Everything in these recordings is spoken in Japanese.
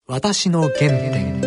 私の原点。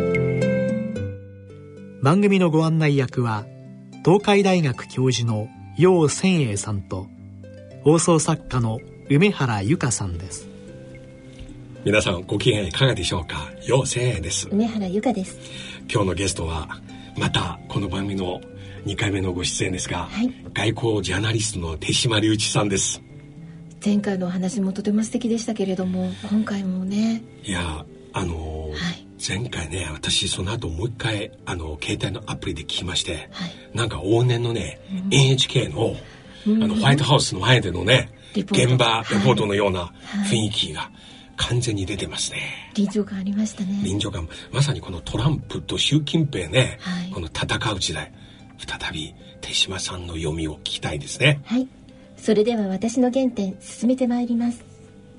番組のご案内役は東海大学教授の楊千栄さんと放送作家の梅原由香さんです。 皆さんご機嫌いかがでしょうか。楊千栄です。 梅原由香です。 今日のゲストはまたこの番組の2回目のご出演ですが、外交ジャーナリストの手島隆一さんです。 前回のお話もとても素敵でしたけれども、今回もね、 いや前回ね、私その後もう一回携帯のアプリで聞きまして、なんか往年のね、NHK のホワイトハウスの前でのね、現場レポートのような雰囲気が完全に出てますね。 臨場感ありましたね。 臨場感、まさにこのトランプと習近平ね、この戦う時代、再び手島さんの読みを聞きたいですね。 はい、それでは私の原点進めてまいります。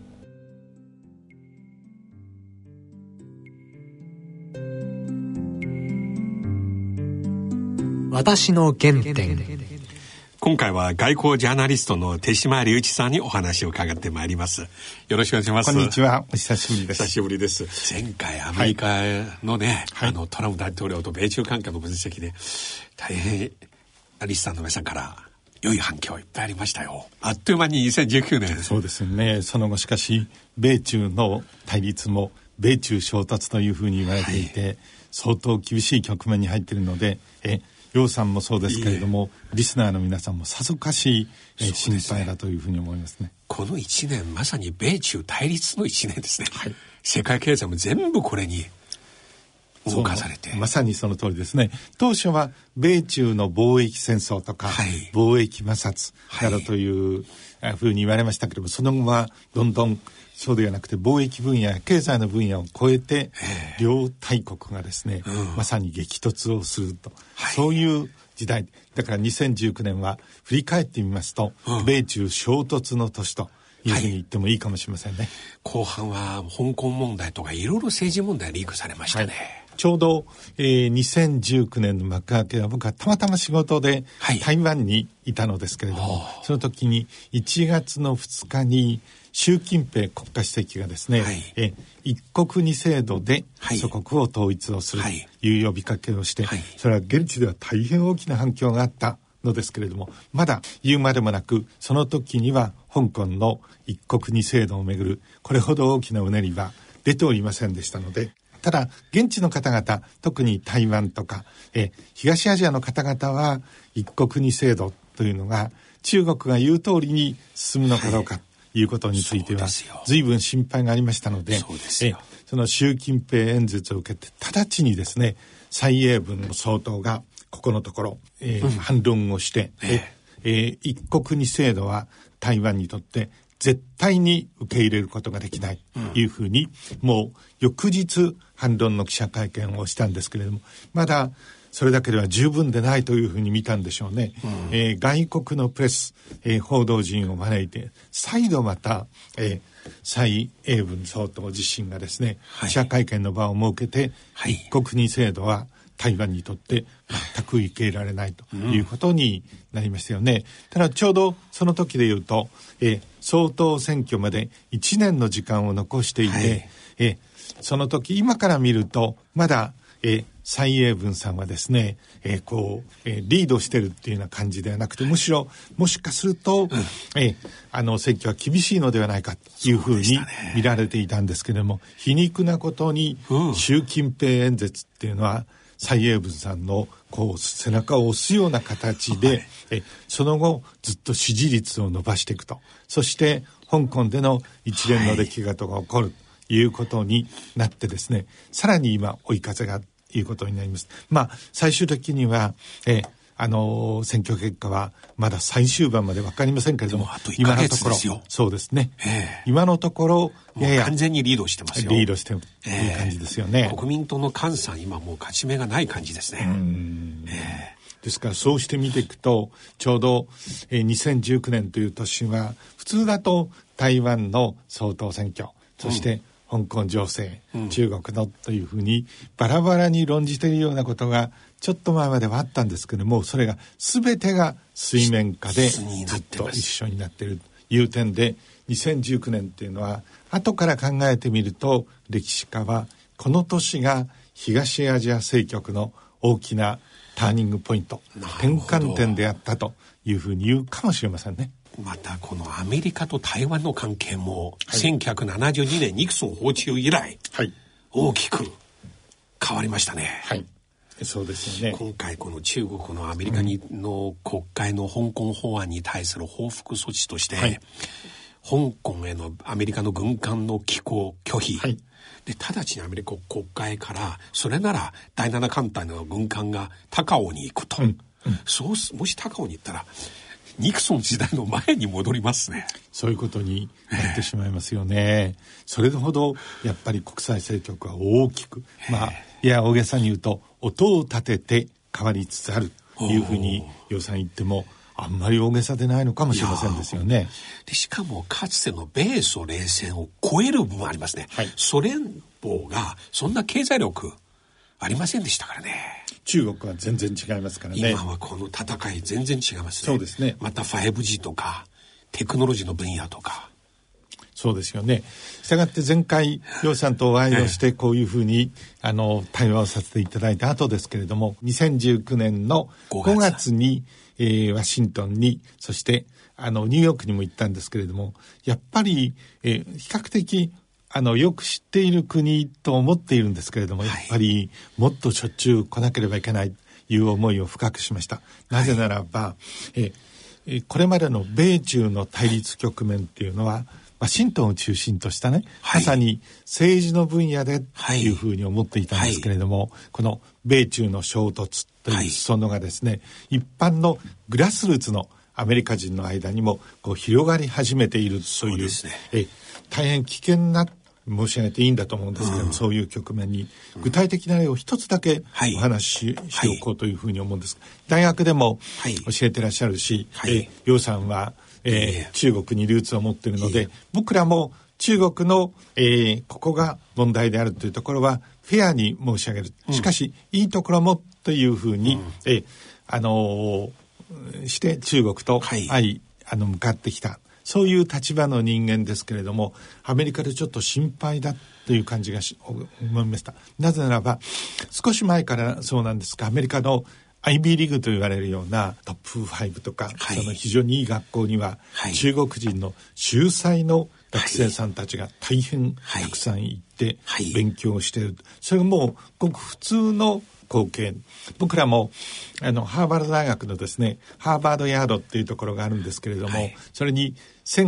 私の原点。 今回は外交ジャーナリストの手島隆一さんにお話を伺ってまいります。よろしくお願いします。 こんにちは、お久しぶりです。 久しぶりです。前回アメリカのね、トランプ大統領と米中関係の分析で大変リスナーの皆さんから良い反響いっぱいありましたよ。あっという間に2019年。 そうですね。その後しかし米中の対立も米中衝突というふうに言われていて、相当厳しい局面に入っているので、楊さんもそうですけれども、リスナーの皆さんもさぞかし、心配だというふうに思いますね。 この1年まさに米中対立の1年ですね。世界経済も全部これに動かされて、 まさにその通りですね。当初は米中の貿易戦争とか、貿易摩擦などというふうに言われましたけれども、その後はどんどんそうではなくて貿易分野や経済の分野を超えて両大国がですね、まさに激突をすると、そういう時代だから2019年は振り返ってみますと、米中衝突の年というふうに言ってもいいかもしれませんね。 後半は香港問題とかいろいろ政治問題リークされましたね。 ちょうど、2019年の幕開けは僕はたまたま仕事で台湾にいたのですけれども、その時に1月の2日に習近平国家主席がですね、一国二制度で祖国を統一をするという呼びかけをして、それは現地では大変大きな反響があったのですけれども、まだ言うまでもなくその時には香港の一国二制度をめぐるこれほど大きなうねりは出ておりませんでしたので、ただ現地の方々、特に台湾とか、東アジアの方々は一国二制度というのが中国が言う通りに進むのかどうかということについては随分心配がありましたので、その習近平演説を受けて直ちにですね、蔡英文の総統がここのところ、反論をして、一国二制度は台湾にとって絶対に受け入れることができないというふうに、もう翌日反論の記者会見をしたんですけれども、まだそれだけでは十分でないというふうに見たんでしょうね。外国のプレス、報道陣を招いて再度また、蔡英文総統自身がですね、記者会見の場を設けて、一国二制度は台湾にとって全く受け入れられないということになりましたよね。ただちょうどその時で言うと、総統選挙まで1年の時間を残していて、その時今から見るとまだ、蔡英文さんはですね、リードしてるっていうような感じではなくて、むしろもしかすると、選挙は厳しいのではないかというふうに見られていたんですけれども、皮肉なことに、習近平演説っていうのは蔡英文さんの背中を押すような形で、その後ずっと支持率を伸ばしていくと、そして香港での一連の出来事が起こるということになってですね、さらに今追い風がということになります。最終的には、選挙結果はまだ最終盤まで分かりませんけれども、今のところそうですね、今のとこもう完全にリードしてますよ。 リードしてるという感じですよね。 国民党の菅さん、今もう勝ち目がない感じですね。 ですからそうして見ていくと、ちょうど、2019年という年は普通だと台湾の総統選挙、そして香港情勢、中国のというふうにバラバラに論じているようなことがちょっと前まではあったんですけども、それが全てが水面下でずっと一緒になっているという点で、2019年っていうのは後から考えてみると歴史家はこの年が東アジア政局の大きなターニングポイント、転換点であったというふうに言うかもしれませんね。 またこのアメリカと台湾の関係も、1972年ニクソン訪中以来、大きく変わりましたね。 そうですよね。 今回この中国のアメリカの国会の香港法案に対する報復措置として、香港へのアメリカの軍艦の寄港拒否、で直ちにアメリカ国会からそれなら第7艦隊の軍艦が高雄に行くと、もし高尾に行ったらニクソン時代の前に戻りますね。 そういうことになってしまいますよね。それほどやっぱり国際政局は大きく、いや大げさに言うと音を立てて変わりつつあるというふうに楊さん言ってもあんまり大げさでないのかもしれませんですよね。 でしかもかつての米ソ冷戦を超える部分ありますね。ソ連邦がそんな経済力ありませんでしたからね。 中国は全然違いますからね。 今はこの戦い全然違いますね。 そうですね。 また 5G とかテクノロジーの分野とか。 そうですよね。したがって前回楊さんとお会いをしてこういうふうに対話をさせていただいた後ですけれども、2019年の5月にワシントンに、そしてニューヨークにも行ったんですけれども、やっぱり比較的よく知っている国と思っているんですけれども、やっぱりもっとしょっちゅう来なければいけないという思いを深くしました。なぜならば、これまでの米中の対立局面っていうのはワシントンを中心としたね、まさに政治の分野でというふうに思っていたんですけれども、この米中の衝突という裾野がですね、一般のグラスルーツのアメリカ人の間にもこう広がり始めているという、大変危険な申し上げていいんだと思うんですけども、そういう局面に具体的な例を一つだけお話ししておこうというふうに思うんです。大学でも教えてらっしゃるし、楊さんは、中国にルーツを持っているので、僕らも中国の、ここが問題であるというところはフェアに申し上げる。しかし、いいところもというふうに、して中国と向かってきた。そういう立場の人間ですけれども、アメリカでちょっと心配だという感じが思いました。なぜならば、少し前からそうなんですが、アメリカのIB リーグと言われるようなトップ5とか、その非常にいい学校には、中国人の秀才の学生さんたちが大変たくさん行って勉強している。それがもうごく普通の光景。僕らもハーバード大学のですね、ハーバードヤードっていうところがあるんですけれども、それに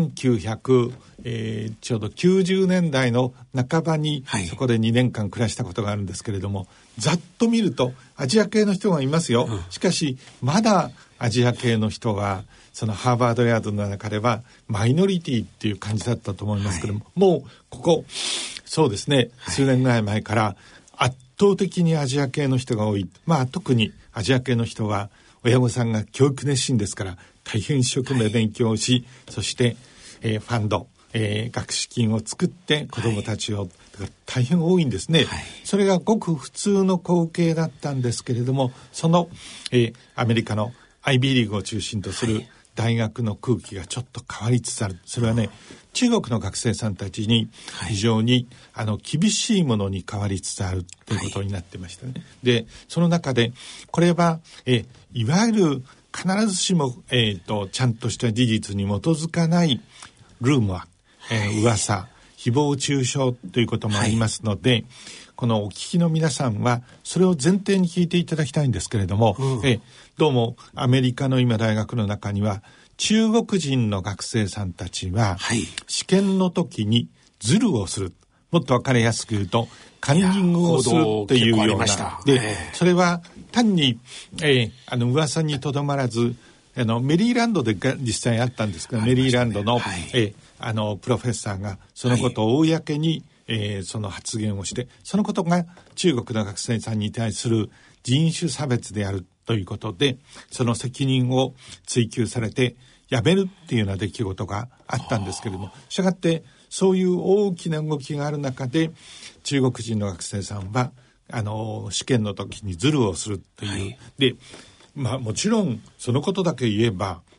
1990年代の半ばにそこで2年間暮らしたことがあるんですけれども、ざっと見るとアジア系の人がいますよ。しかしまだアジア系の人はそのハーバードヤードの中ではマイノリティっていう感じだったと思いますけども、もうここそうですね、数年ぐらい前から圧倒的にアジア系の人が多い。特にアジア系の人は親御さんが教育熱心ですから大変一生懸命勉強し、そして、ファンド、学資金を作って子どもたちを、大変多いんですね。それがごく普通の光景だったんですけれども、その、アメリカの IB リーグを中心とする大学の空気がちょっと変わりつつある。それはね、中国の学生さんたちに非常に、厳しいものに変わりつつあるということになってましたね。で、その中でこれはいわゆる必ずしも、ちゃんとした事実に基づかないルーモア、噂、誹謗中傷ということもありますので、このお聞きの皆さんはそれを前提に聞いていただきたいんですけれども、どうもアメリカの今大学の中には中国人の学生さんたちは試験の時にズルをする。もっと分かりやすく言うとカンニングをするっていうような。で、それは単に、噂にとどまらずメリーランドで実際あったんですけど、メリーランドの、プロフェッサーがそのことを公に、その発言をして、そのことが中国の学生さんに対する人種差別であるということで、その責任を追及されてやめるっていうような出来事があったんですけれども、したがってそういう大きな動きがある中で中国人の学生さんは試験の時にズルをするという、でもちろんそのことだけ言えば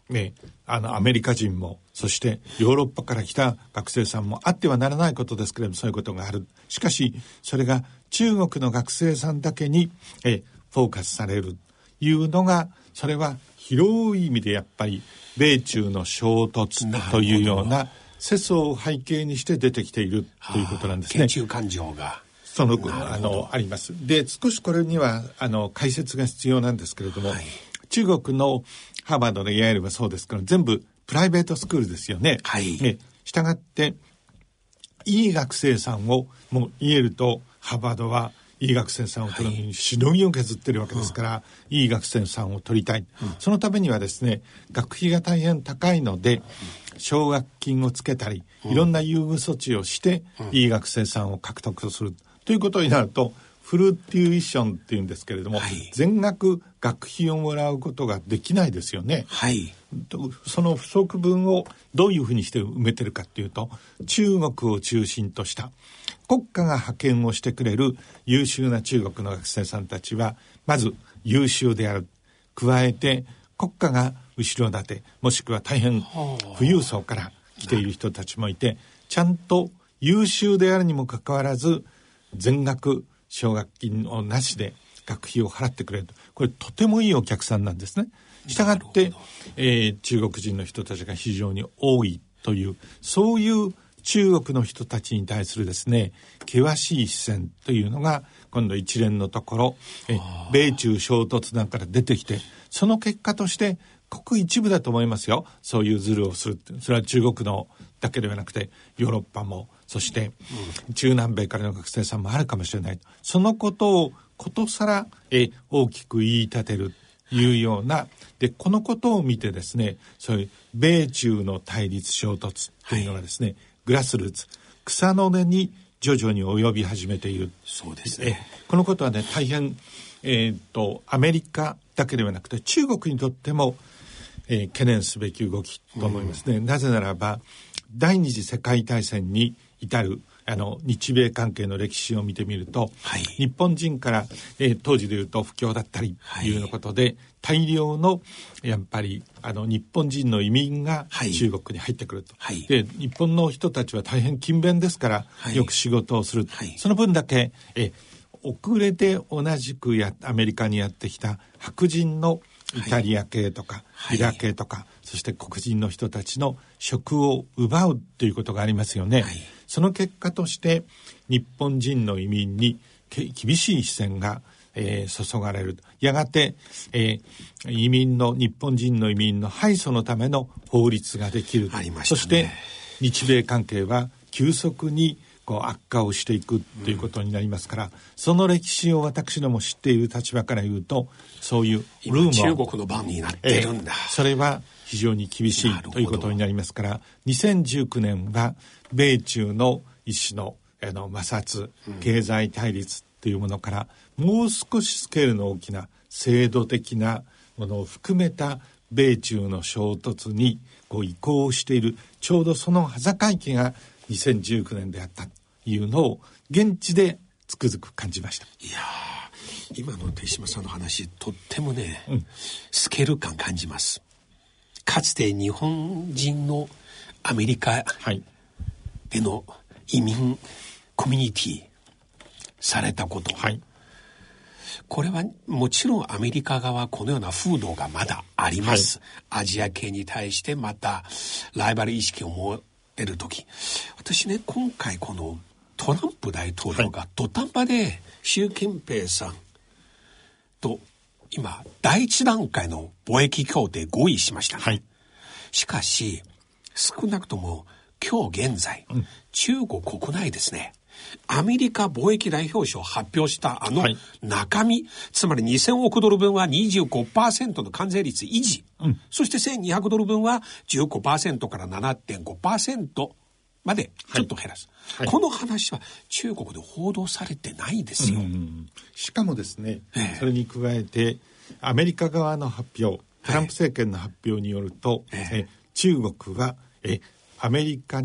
アメリカ人もそしてヨーロッパから来た学生さんもあってはならないことですけれども、そういうことがある。しかしそれが中国の学生さんだけにフォーカスされるというのが、それは広い意味でやっぱり米中の衝突というような世相を背景にして出てきているということなんですね。 研究感情があります。で、少しこれには解説が必要なんですけれども、中国のハーバードのイェールはそうですから全部プライベートスクールですよね。したがっていい学生さんを、もうイェールとハーバードはいい学生さんを取るのにしのぎを削ってるわけですから、いい学生さんを取りたい、そのためにはですね、学費が大変高いので奨学金をつけたり、いろんな優遇措置をして、いい学生さんを獲得するということになると、フルテュイションっていうんですけれども、全額学費をもらうことができないですよね。その不足分をどういうふうにして埋めてるかっていうと、中国を中心とした国家が派遣をしてくれる優秀な中国の学生さんたちはまず優秀である。加えて国家が後ろ盾、もしくは大変富裕層から来ている人たちもいて、ちゃんと優秀であるにもかかわらず全額奨学金をなしで学費を払ってくれる。これとてもいいお客さんなんですね。したがって、中国人の人たちが非常に多いという、そういう中国の人たちに対するですね、険しい視線というのが今度一連のところ米中衝突なんかで出てきて、その結果としてごく一部だと思いますよ、そういうズルをするって。それは中国のだけではなくてヨーロッパも、そして中南米からの学生さんもあるかもしれない。そのことをことさら大きく言い立てるというような、でこのことを見てですね、そういう米中の対立衝突というのがですね、グラスルーツ、草の根に徐々に及び始めている。 そうですね。 このことはね、大変アメリカだけではなくて中国にとっても懸念すべき動きと思いますね。なぜならば第二次世界大戦に至る日米関係の歴史を見てみると、日本人から、当時でいうと不況だったりというようなことで、大量のやっぱり日本人の移民が中国に入ってくると、で日本の人たちは大変勤勉ですから、よく仕事をする、その分だけ遅れて同じくアメリカにやってきた白人のイタリア系とかイラ系とか、そして黒人の人たちの職を奪うということがありますよね。その結果として日本人の移民に厳しい視線が注がれる。やがて日本人の移民の排除のための法律ができる。そして日米関係は急速に悪化をしていくということになりますから、その歴史を私ども知っている立場から言うと、そういうルーム中国の番になっているんだ、 それは非常に厳しいということになりますから、2019年は米中の一種の摩擦、経済対立というものから、もう少しスケールの大きな制度的なものを含めた米中の衝突に移行している、ちょうどその端境期が2019年であったというのを現地でつくづく感じました。 いや今の手島さんの話、とってもね、スケール感感じます。かつて日本人のアメリカでの移民コミュニティされたこと、これはもちろんアメリカ側はこのような風土がまだあります、アジア系に対してまたライバル意識を持てる時、私ね、今回このトランプ大統領が土壇場で習近平さんと今第一段階の貿易協定合意しましたね、しかし少なくとも今日現在、中国国内ですね、アメリカ貿易代表省発表した中身、つまり2000億ドル分は 25% の関税率維持、そして1200ドル分は 15% から 7.5% までちょっと減らす、この話は中国で報道されてないですよ、 しかもですね、それに加えてアメリカ側の発表、トランプ政権の発表によると、中国はアメリカに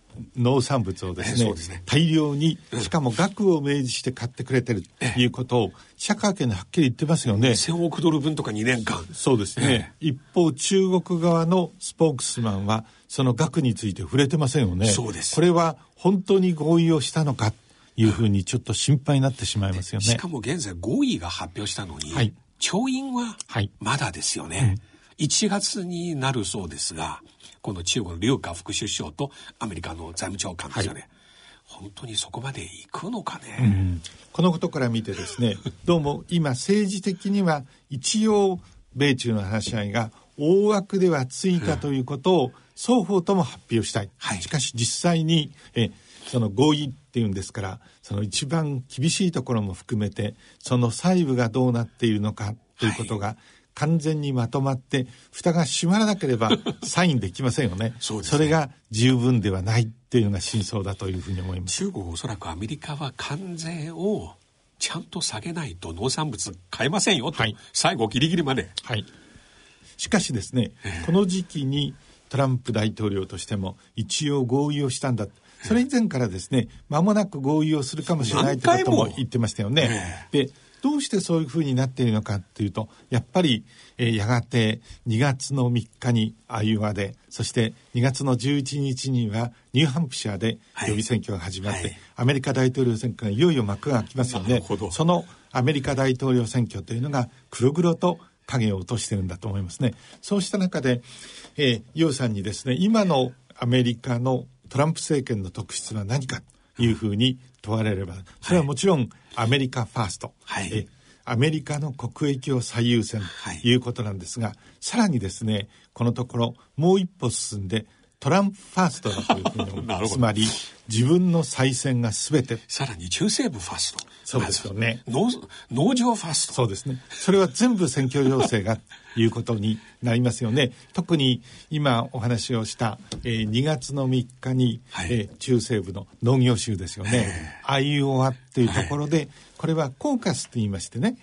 農産物をですね、大量に、しかも額を明示して買ってくれてるということを記者会見ではっきり言ってますよね。 1000億ドル分とか2年間。 そうですね。一方中国側のスポークスマンはその額について触れてませんよね。 そうです。 これは本当に合意をしたのかというふうにちょっと心配になってしまいますよね。 しかも現在合意が発表したのに、調印はまだですよね。1月になるそうですが、この中国の劉華副首相とアメリカの財務長官ですよね。本当にそこまで行くのかね。 このことから見てですね、どうも今政治的には一応米中の話し合いが大枠ではついたということを双方とも発表したい。しかし実際にその合意っていうんですから、その一番厳しいところも含めてその細部がどうなっているのかということが、完全にまとまって蓋が閉まらなければサインできませんよね。それが十分ではないっていうのが真相だというふうに思います。 中国おそらくアメリカは関税をちゃんと下げないと農産物買えませんよと、最後ギリギリまで。 しかしですね、この時期にトランプ大統領としても一応合意をしたんだ。それ以前からですね、間もなく合意をするかもしれないということも言ってましたよね。でどうしてそういうふうになっているのかっていうと、やっぱり、やがて2月の3日にアイオワで、そして2月の11日にはニューハンプシャーで予備選挙が始まって、アメリカ大統領選挙がいよいよ幕が開きますよね。そのアメリカ大統領選挙というのが黒々と影を落としてるんだと思いますね。そうした中で、楊さんにですね、今のアメリカのトランプ政権の特質は何かというふうに問われれば、それはもちろんアメリカファースト、アメリカの国益を最優先ということなんですが、さらにですね、このところもう一歩進んでトランプファーストだというふうに思うつまり自分の再選が全て、 さらに中西部ファースト、 そうですよね、 農場ファースト、 そうですね、それは全部選挙情勢がということになりますよね。特に今お話をした、2月の3日に、中西部の農業州ですよね、アイオワっていうところで、これはコーカスと言いましてね、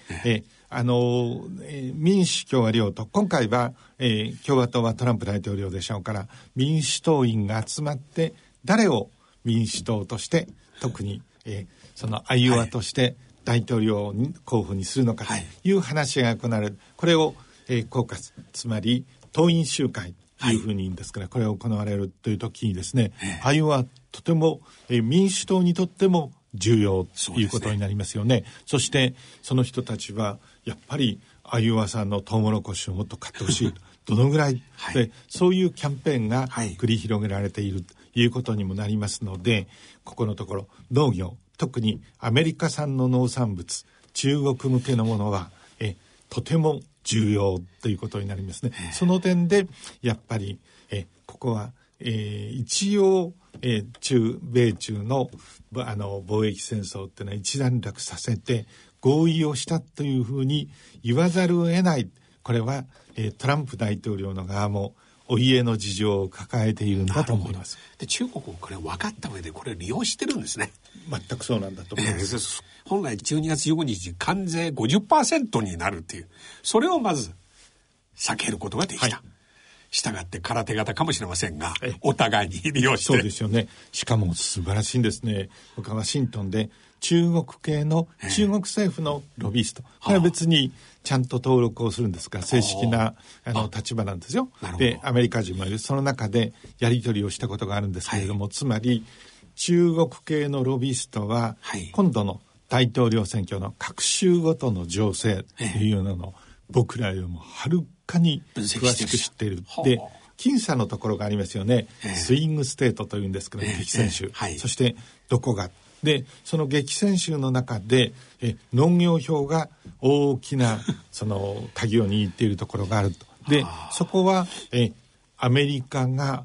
民主共和両党、今回は、共和党はトランプ大統領でしょうから、民主党員が集まって誰を民主党として特に、そのアイオワとして大統領候補にするのかという話し合いが行われる。これを、コーカス、つまり党員集会というふうに言うんですから、これを行われるという時にですね、アイオワはとても、民主党にとっても重要ということになりますよね。そしてその人たちはやっぱりアイオワ産のトウモロコシをもっと買ってほしいどのぐらい、でそういうキャンペーンが繰り広げられているということにもなりますので、ここのところ農業、特にアメリカ産の農産物、中国向けのものはとても重要ということになりますね。その点でやっぱりここは、一応米中の貿易戦争っていうのは一段落させて合意をしたというふうに言わざるを得ない。これは、トランプ大統領の側もお家の事情を抱えているんだと思います。 で中国もこれ分かった上でこれ利用してるんですね。 全くそうなんだと思います。 本来12月15日関税 50% になるっていう、それをまず避けることができた。したがって空手型かもしれませんが、お互いに利用して。 そうですよね。しかも素晴らしいんですね。僕はワシントンで中国系の中国政府のロビースト、これは別にちゃんと登録をするんですが、正式な立場なんですよ。でアメリカ人もいる。その中でやり取りをしたことがあるんですけれども、つまり中国系のロビーストは、今度の大統領選挙の各州ごとの情勢というのの、僕らよりもはるかに詳しく知っている。で僅差のところがありますよね。スイングステートというんですけど、激戦州、そしてどこがで、その激戦州の中で農業票が大きなその鍵を握っているところがあると。でそこはアメリカが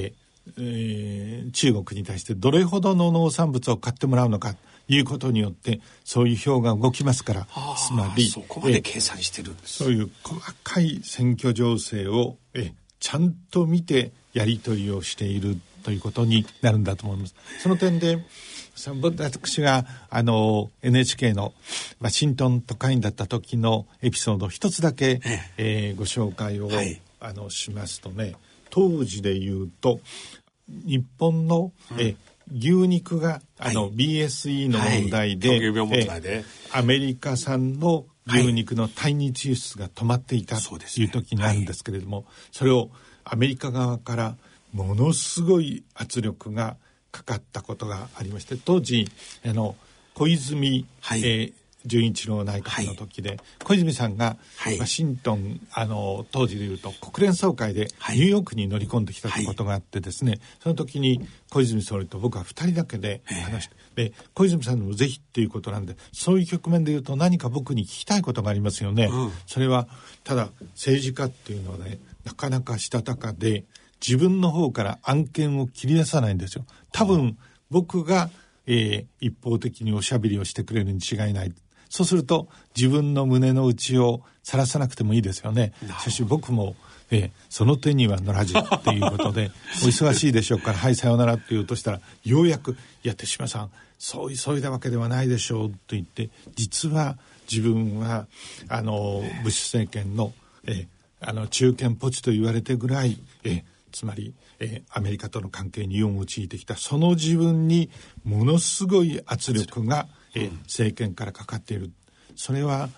中国に対してどれほどの農産物を買ってもらうのかということによってそういう票が動きますから、つまりそこまで計算してるんです。 そういう細かい選挙情勢をちゃんと見てやり取りをしているということになるんだと思います。その点で私がNHK のワシントン特派員だった時のエピソードを一つだけ、ご紹介を、しますとね、当時で言うと日本の、牛肉がBSE の問題で、アメリカ産の牛肉の対日輸出が止まっていたという時にあるんですけれども、それをアメリカ側からものすごい圧力がかかったことがありまして、当時小泉、純一郎内閣の時で、小泉さんがワシントン、当時でいうと国連総会でニューヨークに乗り込んできたことがあってですね、その時に小泉総理と僕は2人だけで話して、で小泉さんにもぜひっていうことなんで、そういう局面でいうと何か僕に聞きたいことがありますよね、それはただ政治家っていうのはね、なかなかしたたかで自分の方から案件を切り出さないんですよ。多分僕が、一方的におしゃべりをしてくれるに違いない。そうすると自分の胸の内をさらさなくてもいいですよね。しかし僕も、その手には乗らずっていうことでお忙しいでしょうからはいさようならって言うとしたら、ようやくいや手島さんそう急いだわけではないでしょうと言って、実は自分はブッシュ政権の、中堅ポチと言われてぐらい、つまり、アメリカとの関係に用いてきたその自分にものすごい圧力が政権からかかっている。それは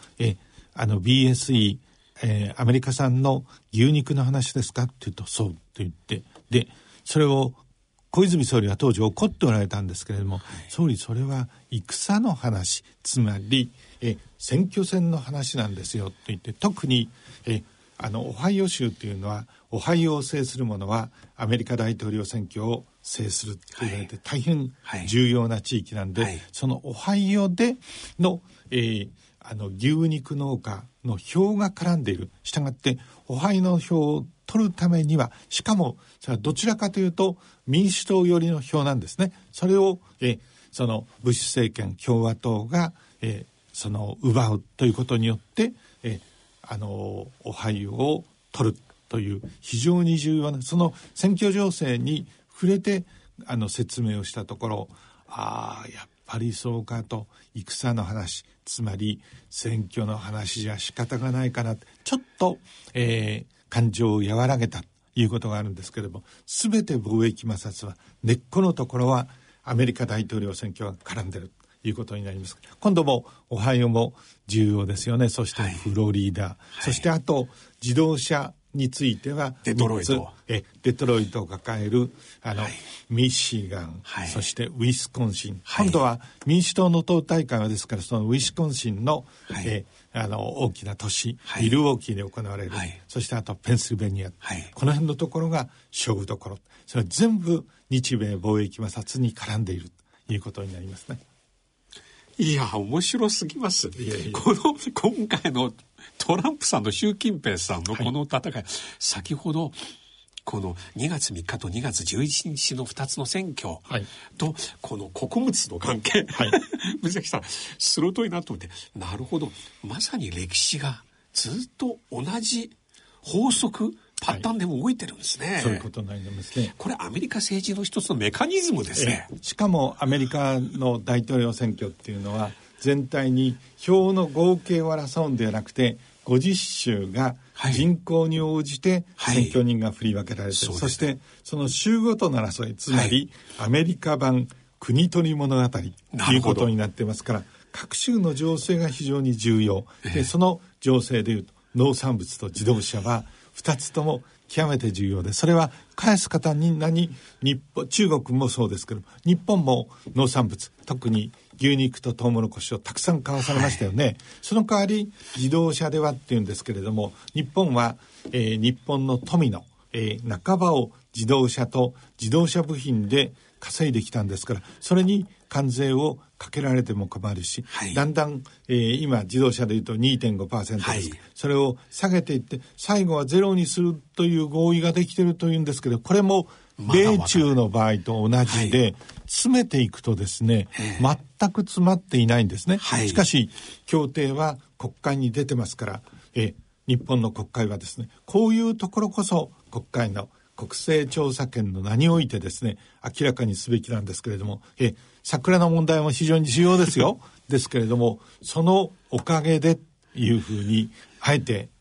BSE、アメリカ産の牛肉の話ですかって言うとそうと言って、でそれを小泉総理は当時怒っておられたんですけれども、総理それは戦の話、つまり選挙戦の話なんですよと言って、特にオハイオ州というのはオハイオを制する者はアメリカ大統領選挙を制すると言われて大変重要な地域なんで、そのオハイオでの、牛肉農家の票が絡んでいる。したがってオハイオの票を取るためには、しかもそれはどちらかというと民主党寄りの票なんですね。それをそのブッシュ政権共和党がその奪うということによってオハイオを取るという非常に重要なその選挙情勢に触れて説明をしたところ、やっぱりそうかと、戦の話、つまり選挙の話じゃ仕方がないかな、ちょっと、感情を和らげたということがあるんですけれども、全て貿易摩擦は根っこのところはアメリカ大統領選挙が絡んでるということになります。今度もオハイオも重要ですよね。そしてフロリダ、そしてあと自動車についてはデトロイトを抱えるミシガン、そしてウィスコンシン、今度は民主党の党大会はですから、そのウィスコンシンの、大きな都市、ミルウォーキーで行われる、そしてあとペンシルベニア、この辺のところが勝負どころ、それは全部日米貿易摩擦に絡んでいるということになりますね。 いや面白すぎます。今回のトランプさんの習近平さんのこの戦い、先ほどこの2月3日と2月11日の2つの選挙とこの穀物の関係、藤崎さん鋭いなと思って、なるほど、まさに歴史がずっと同じ法則パターンでも動いてるんですね。 そういうことになりますね。 これアメリカ政治の一つのメカニズムですね。 しかもアメリカの大統領選挙っていうのは全体に票の合計を争うんではなくて、50州が人口に応じて選挙人が振り分けられて、そしてその州ごとの争い、つまりアメリカ版国取り物語ということになってますから、各州の情勢が非常に重要で、その情勢でいうと農産物と自動車は2つとも極めて重要で、それは返す方に中国もそうですけど、日本も農産物、特に牛肉とトウモロコシをたくさん買わされましたよね。その代わり自動車ではっていうんですけれども、日本は、日本の富の、半ばを自動車と自動車部品で稼いできたんですから、それに関税をかけられても困るし、だんだん、今自動車でいうと 2.5% です、それを下げていって最後はゼロにするという合意ができているというんですけど、これも米中の場合と同じで、詰めていくとですね、全く詰まっていないんですね。しかし協定は国会に出てますから、日本の国会はですね、こういうところこそ国会の国政調査権の名においてですね、明らかにすべきなんですけれども、桜の問題も非常に重要ですよですけれども、そのおかげでいうふうにあえて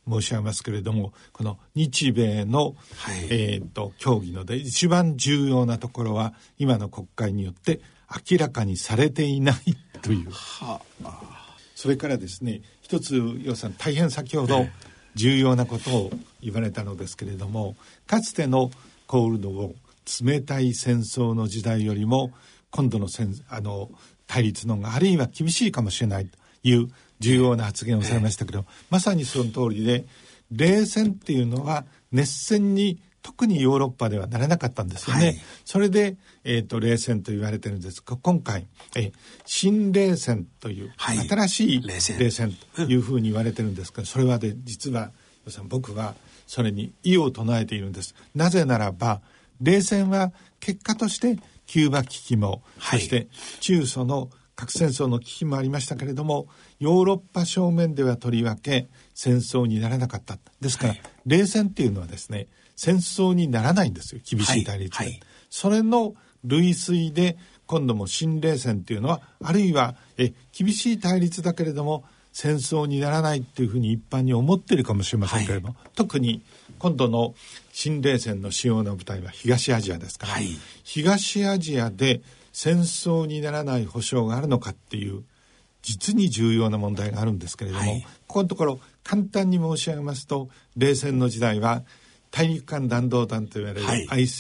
申し上げますけれども、この日米の、協議ので一番重要なところは今の国会によって明らかにされていないという、それからですね、一つ楊さん大変先ほど重要なことを言われたのですけれども、かつてのコールドウォー、冷たい戦争の時代よりも今度の対立の方があるいは厳しいかもしれないという重要な発言をされましたけど、まさにその通りで、冷戦っていうのは熱戦に特にヨーロッパではならなかったんですよね、それで、冷戦と言われてるんですが、今回新冷戦という新しい冷戦というふうに言われてるんですけど、それはで実は僕はそれに異を唱えているんです。なぜならば冷戦は結果としてキューバ危機も、そして中ソの核戦争の危機もありましたけれども、ヨーロッパ正面ではとりわけ戦争にならなかった。ですから、冷戦っていうのはですね、戦争にならないんですよ、厳しい対立で、それの類推で今度も新冷戦っていうのは、あるいは厳しい対立だけれども戦争にならないっていうふうに一般に思っているかもしれませんけれども、特に今度の新冷戦の主要な舞台は東アジアですから、東アジアで戦争にならない保障があるのかっていう実に重要な問題があるんですけれども、ここのところ簡単に申し上げますと、冷戦の時代は大陸間弾道弾といわれる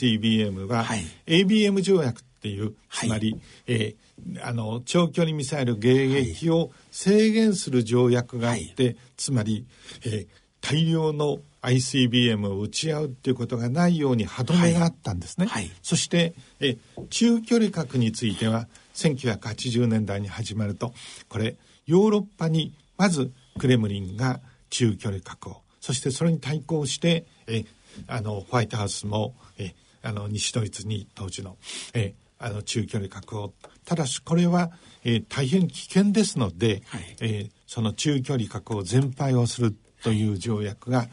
ICBM は ABM 条約っていう、つまり、長距離ミサイル迎撃を制限する条約があって、つまり、大量の ICBM を撃ち合うっていうことがないように歯止めがあったんですね、そして中距離核については1980年代に始まると、これヨーロッパにまずクレムリンが中距離核を、そしてそれに対抗してホワイトハウスも西ドイツに当時の中距離核を、ただしこれは大変危険ですので、その中距離核を全廃をするという条約が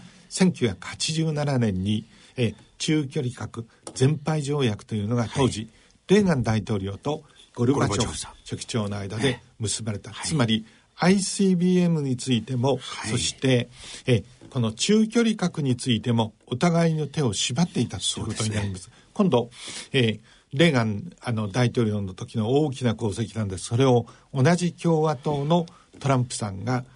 1987年に中距離核全廃条約というのが当時、レーガン大統領とゴルバチョフ書記長の間で結ばれた、つまり ICBM についても、そしてこの中距離核についてもお互いの手を縛っていたということになります。今度、レーガン大統領の時の大きな功績なんです。それを同じ共和党のトランプさんが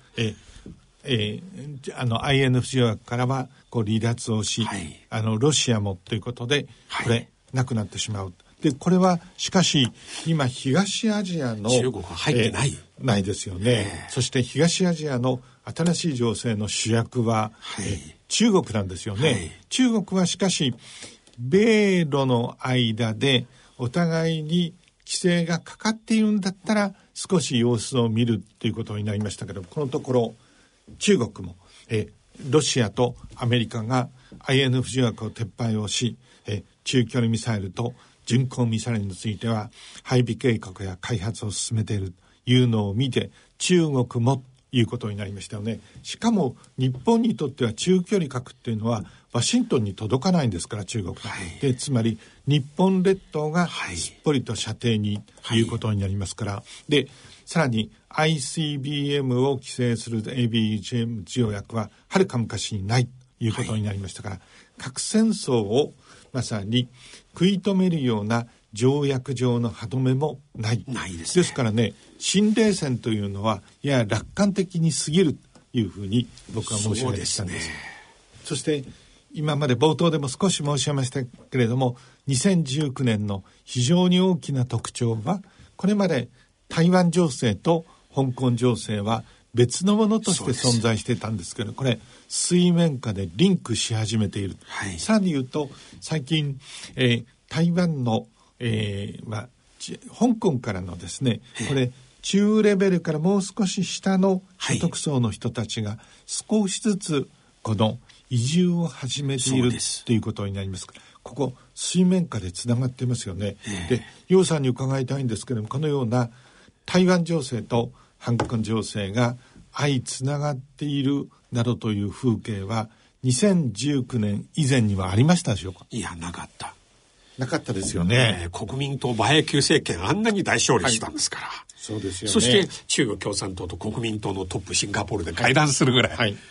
INF 条約からは離脱をし、ロシアもということでこれ、なくなってしまう。でこれはしかし今東アジアの中国は入ってないですよね、そして東アジアの新しい情勢の主役は、中国なんですよね、中国はしかし米ロの間でお互いに規制がかかっているんだったら少し様子を見るということになりましたけど、このところ中国もロシアとアメリカが INF 条約を撤廃をし、中距離ミサイルと巡航ミサイルについては配備計画や開発を進めているというのを見て、中国もいうことになりましたよね。しかも日本にとっては中距離核っていうのはワシントンに届かないんですから、中国で、つまり日本列島がすっぽりと射程にいうことになりますから、でさらに ICBM を規制する ABM 条約ははるか昔にないということになりましたから、核戦争をまさに食い止めるような条約上の歯止めもないですからね、新冷戦というのはやや楽観的に過ぎるというふうに僕は申し上げてきたんです。そして今まで冒頭でも少し申し上げましたけれども、2019年の非常に大きな特徴は、これまで台湾情勢と香港情勢は別のものとして存在していたんですけど、これ水面下でリンクし始めている、さらに言うと最近、台湾の、香港からのですね、これ中レベルからもう少し下の所得層の人たちが少しずつこの移住を始めているということになりますから、ここ水面下でつながっていますよね。で、楊さんに伺いたいんですけれども、このような台湾情勢と香港情勢が相つながっているなどという風景は2019年以前にはありましたでしょうか。 いや、なかったですよね。 国民党馬英九政権あんなに大勝利したんですから、 そうですよね。 そして中国共産党と国民党のトップシンガポールで会談するぐらい、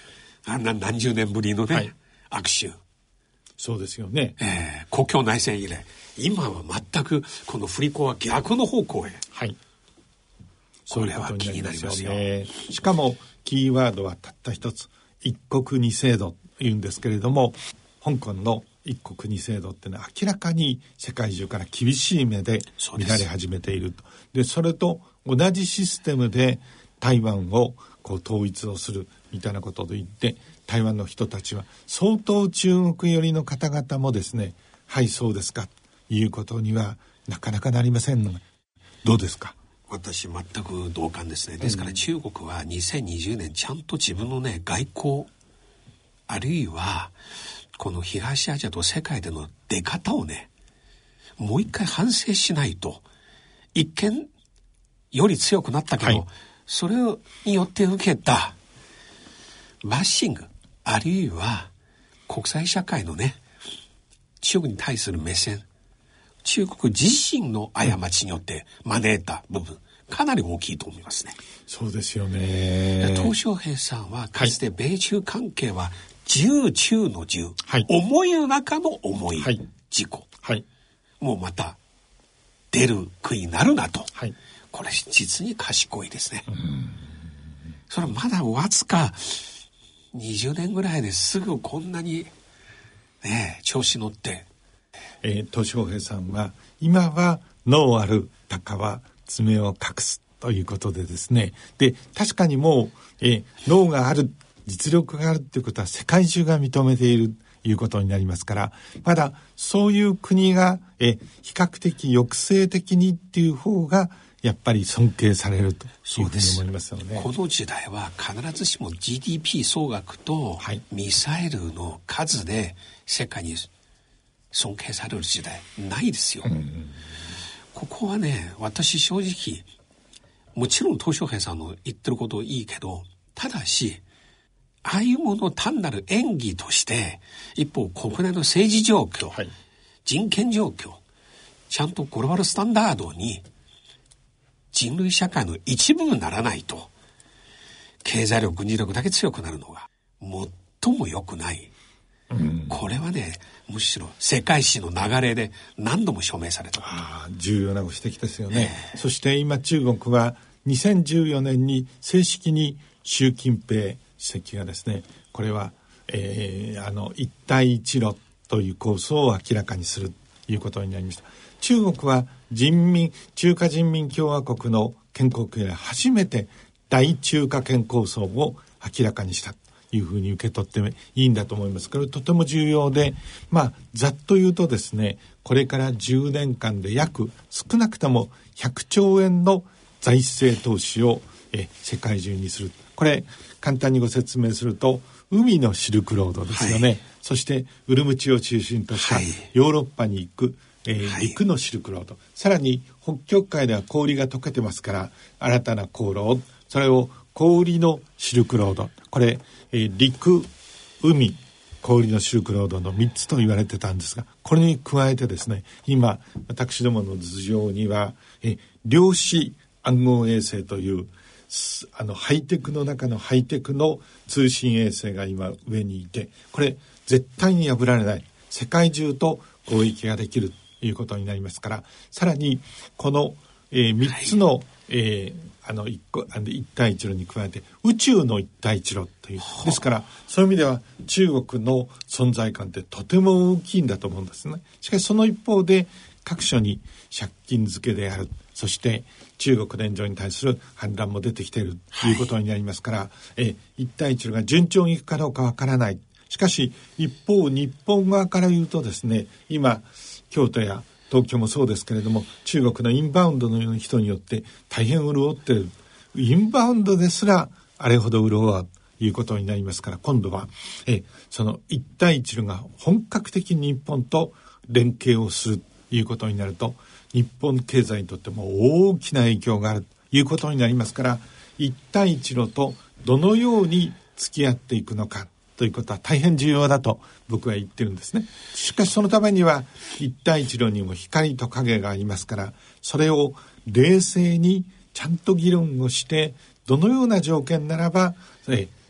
何十年ぶりのね、はい、握手。 そうですよね。 国境内戦以来、今は全くこの振り子は逆の方向へ。 はい。 これは気になりますよ。 しかもキーワードはたった一つ、一国二制度と言うんですけれども、香港の一国二制度ってのは明らかに世界中から厳しい目で見られ始めていると。で、それと同じシステムで台湾をこう統一をするみたいなことで言って、台湾の人たちは相当中国寄りの方々もですね、はいそうですかということにはなかなかなりませんの。どうですか？ 私全く同感ですね。ですから中国は2020年ちゃんと自分のね、外交あるいはこの東アジアと世界での出方をね、もう一回反省しないと、一見より強くなったけど、はい、それによって受けたバッシングあるいは国際社会のね、中国に対する目線、中国自身の過ちによって招いた部分、かなり大きいと思いますね。 そうですよね。 鄧小平さんはかつて米中関係は重中の重、はい、思いの中の思い、はい、事故、はい、もうまた出る杭になるなと、はい、これ実に賢いですね。それまだわずか20年ぐらいですぐこんなにね、調子乗って、 鄧小平さんは今は能ある鷹は爪を隠すということでですね、で確かにもう、能がある、実力があるということは世界中が認めているということになりますから、まだそういう国が比較的抑制的にっていう方がやっぱり尊敬されるというふうに思いますよね。 この時代は必ずしも GDP 総額とミサイルの数で世界に尊敬される時代ないですよ。ここはね、私正直もちろん鄧小平さんの言ってることいいけど、ただしああいうものを単なる演技として一方国内の政治状況、はい、人権状況、ちゃんとグローバルスタンダードに人類社会の一部にならないと、経済力軍事力だけ強くなるのが最も良くない、これはね、むしろ世界史の流れで何度も証明されたこと。 重要なご指摘ですよね。そして今中国は2014年に正式に習近平主席がですね、これは、一帯一路という構想を明らかにするということになりました。中国は中華人民共和国の建国以来初めて大中華圏構想を明らかにしたというふうに受け取っていいんだと思います。これとても重要で、ざっと言うとですね、これから10年間で約少なくとも100兆円の財政投資を世界中にする。これ簡単にご説明すると、海のシルクロードですよね、はい、そしてウルムチを中心としたヨーロッパに行く、陸のシルクロード、さらに北極海では氷が溶けてますから、新たな航路、それを氷のシルクロード、これ、陸、海、氷のシルクロードの3つと言われてたんですが、これに加えてですね、今私どもの頭上には量子暗号衛星というハイテクの中のハイテクの通信衛星が今上にいて、これ絶対に破られない、世界中と交易ができるということになりますから、さらにこの、3つの、一帯一路に加えて宇宙の一帯一路という、ですからそういう意味では中国の存在感ってとても大きいんだと思うんですね。しかしその一方で各所に借金付けである、そして中国連上に対する反乱も出てきているということになりますから、一帯一路が順調にいくかどうかわからない。しかし一方日本側から言うとですね、今京都や東京もそうですけれども、中国のインバウンドの人によって大変潤っている。インバウンドですらあれほど潤わということになりますから、今度はその一帯一路が本格的に日本と連携をするということになると、日本経済にとっても大きな影響があるということになりますから、一帯一路とどのように付き合っていくのかということは大変重要だと僕は言ってるんですね。しかしそのためには一帯一路にも光と影がありますから、それを冷静にちゃんと議論をして、どのような条件ならば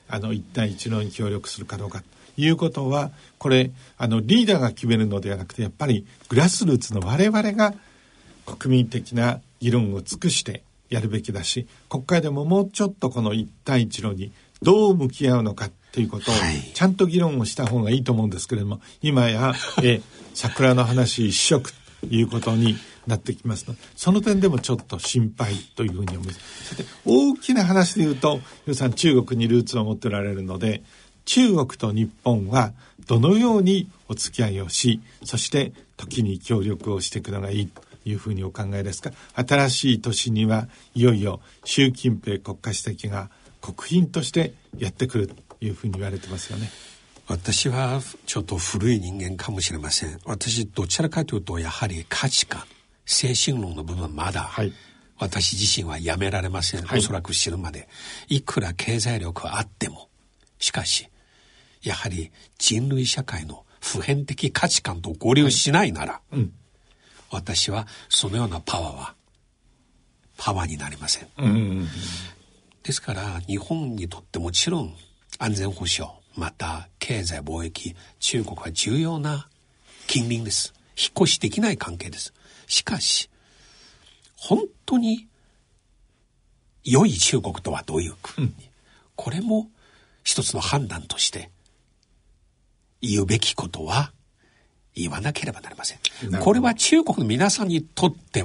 一帯一路に協力するかどうかということは、これリーダーが決めるのではなくて、やっぱりグラスルーツの我々が国民的な議論を尽くしてやるべきだし、国会でももうちょっとこの一帯一路にどう向き合うのかということをちゃんと議論をした方がいいと思うんですけれども、今や桜の話一色ということになってきますので、その点でもちょっと心配というふうに思います。さて、大きな話で言うと、皆さん中国にルーツを持っておられるので、中国と日本はどのようにお付き合いをし、そして時に協力をしていくのがいいというふうにお考えですか。新しい年にはいよいよ習近平国家主席が国賓としてやってくるというふうに言われてますよね。 私はちょっと古い人間かもしれません。私どちらかというとやはり価値観、精神論の部分まだ、はい、私自身はやめられません、はい、おそらく死ぬまで。いくら経済力があっても、しかしやはり人類社会の普遍的価値観と合流しないなら、はい、私はそのようなパワーはパワーになりません、ですから日本にとってもちろん安全保障、また経済貿易、中国は重要な近隣です。引っ越しできない関係です。しかし本当に良い中国とはどういう国、これも一つの判断として言うべきことは言わなければなりません。これは中国の皆さんにとって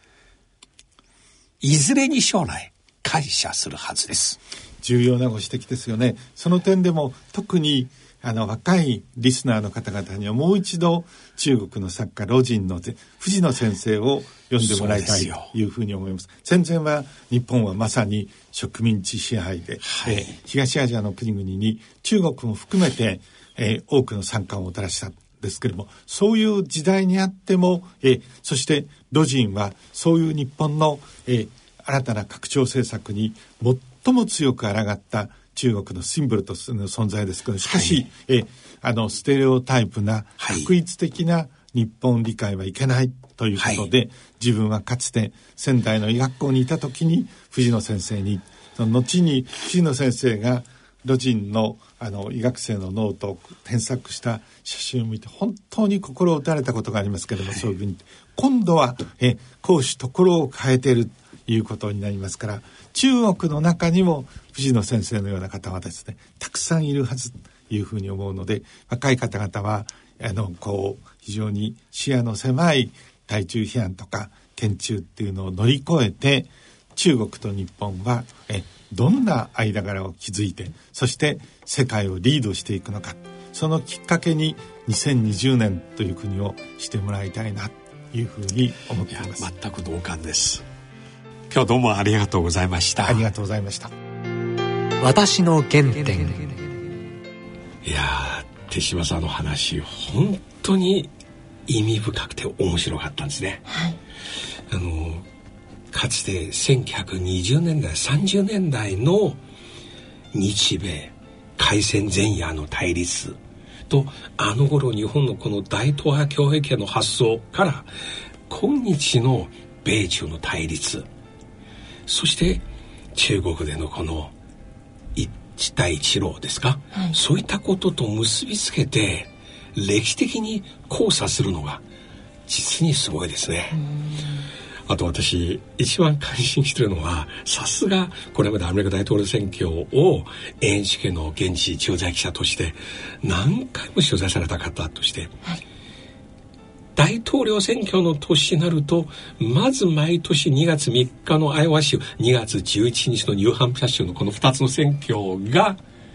はいずれに将来感謝するはずです。 重要なご指摘ですよね。その点でも特に若いリスナーの方々にはもう一度中国の作家魯迅の藤野先生を読んでもらいたいというふうに思います。戦前は日本はまさに植民地支配で、はい、東アジアの国々に中国も含めて、多くの参加をもたらしたんですけれども、そういう時代にあっても、そして魯迅はそういう日本の、新たな拡張政策に最も強く抗った中国のシンボルとしての存在ですけど、しかし、はい、ステレオタイプな確一的な日本理解はいけないということで、はい、自分はかつて仙台の医学校にいた時に藤野先生に、その後に藤野先生が魯迅の医学生のノートを添削した写真を見て本当に心を打たれたことがありますけれども、はい、そういうふうに今度は講師ところを変えているということになりますから、中国の中にも藤野先生のような方はですね、たくさんいるはずというふうに思うので、若い方々は非常に視野の狭い対中批判とか検中っていうのを乗り越えて、中国と日本はどんな間柄を築いて、そして世界をリードしていくのか、そのきっかけに2020年という国をしてもらいたいなというふうに思っています。 全く同感です。今日どうもありがとうございました。 ありがとうございました。 私の原点。 いや、手島さんの話本当に意味深くて面白かったんですね、はい、かつて1920年代30年代の日米開戦前夜の対立と、頃日本のこの大東亜共栄圏の発想から今日の米中の対立、そして中国でのこの一帯一路ですか、はい、そういったことと結びつけて歴史的に考察するのが実にすごいですね。あと私一番感心しているのは、さすがこれまでアメリカ大統領選挙を NHK の現地駐在記者として何回も取材された方として、はい、大統領選挙の年になるとまず毎年2月3日のアイオワ州、2月11日のニューハンプシャー州のこの2つの選挙が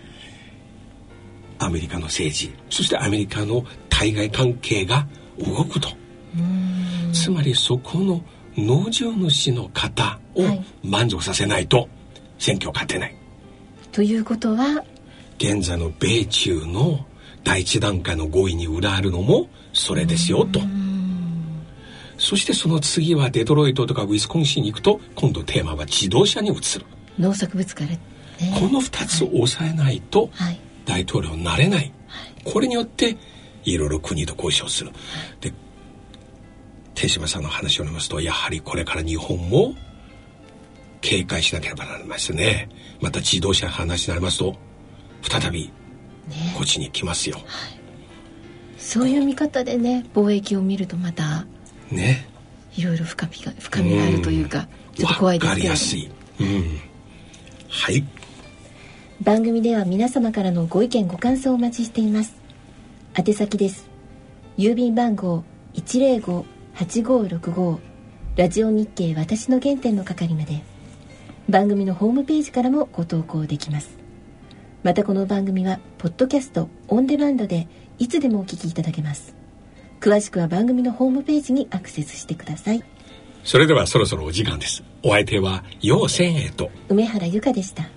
アメリカの政治、そしてアメリカの対外関係が動くと。つまりそこの農場主の方を満足させないと選挙を勝てない、はい、 ということは現在の米中の第一段階の合意に裏あるのもそれですよと。そしてその次はデトロイトとかウィスコンシンに行くと今度テーマは自動車に移る。 農作物から、 この2つを抑えないと大統領になれない、はい、これによっていろいろ国と交渉する、はい、で手島さんの話を読みますと、やはりこれから日本も警戒しなければなりませんね。また自動車の話になりますと再びこっちに来ますよ、 はい、そういう見方でね貿易を見るとまたねいろいろ深みがあるというか、ちょっと怖いですけど、 わかりやすい、はい。 番組では皆様からのご意見ご感想をお待ちしています。宛先です。郵便番号 105-8565 ラジオ日経私の原点の係まで。番組のホームページからもご投稿できます。またこの番組はポッドキャストオンデマンドでいつでもお聞きいただけます。詳しくは番組のホームページにアクセスしてください。 それではそろそろお時間です。お相手は楊千栄と梅原由香でした。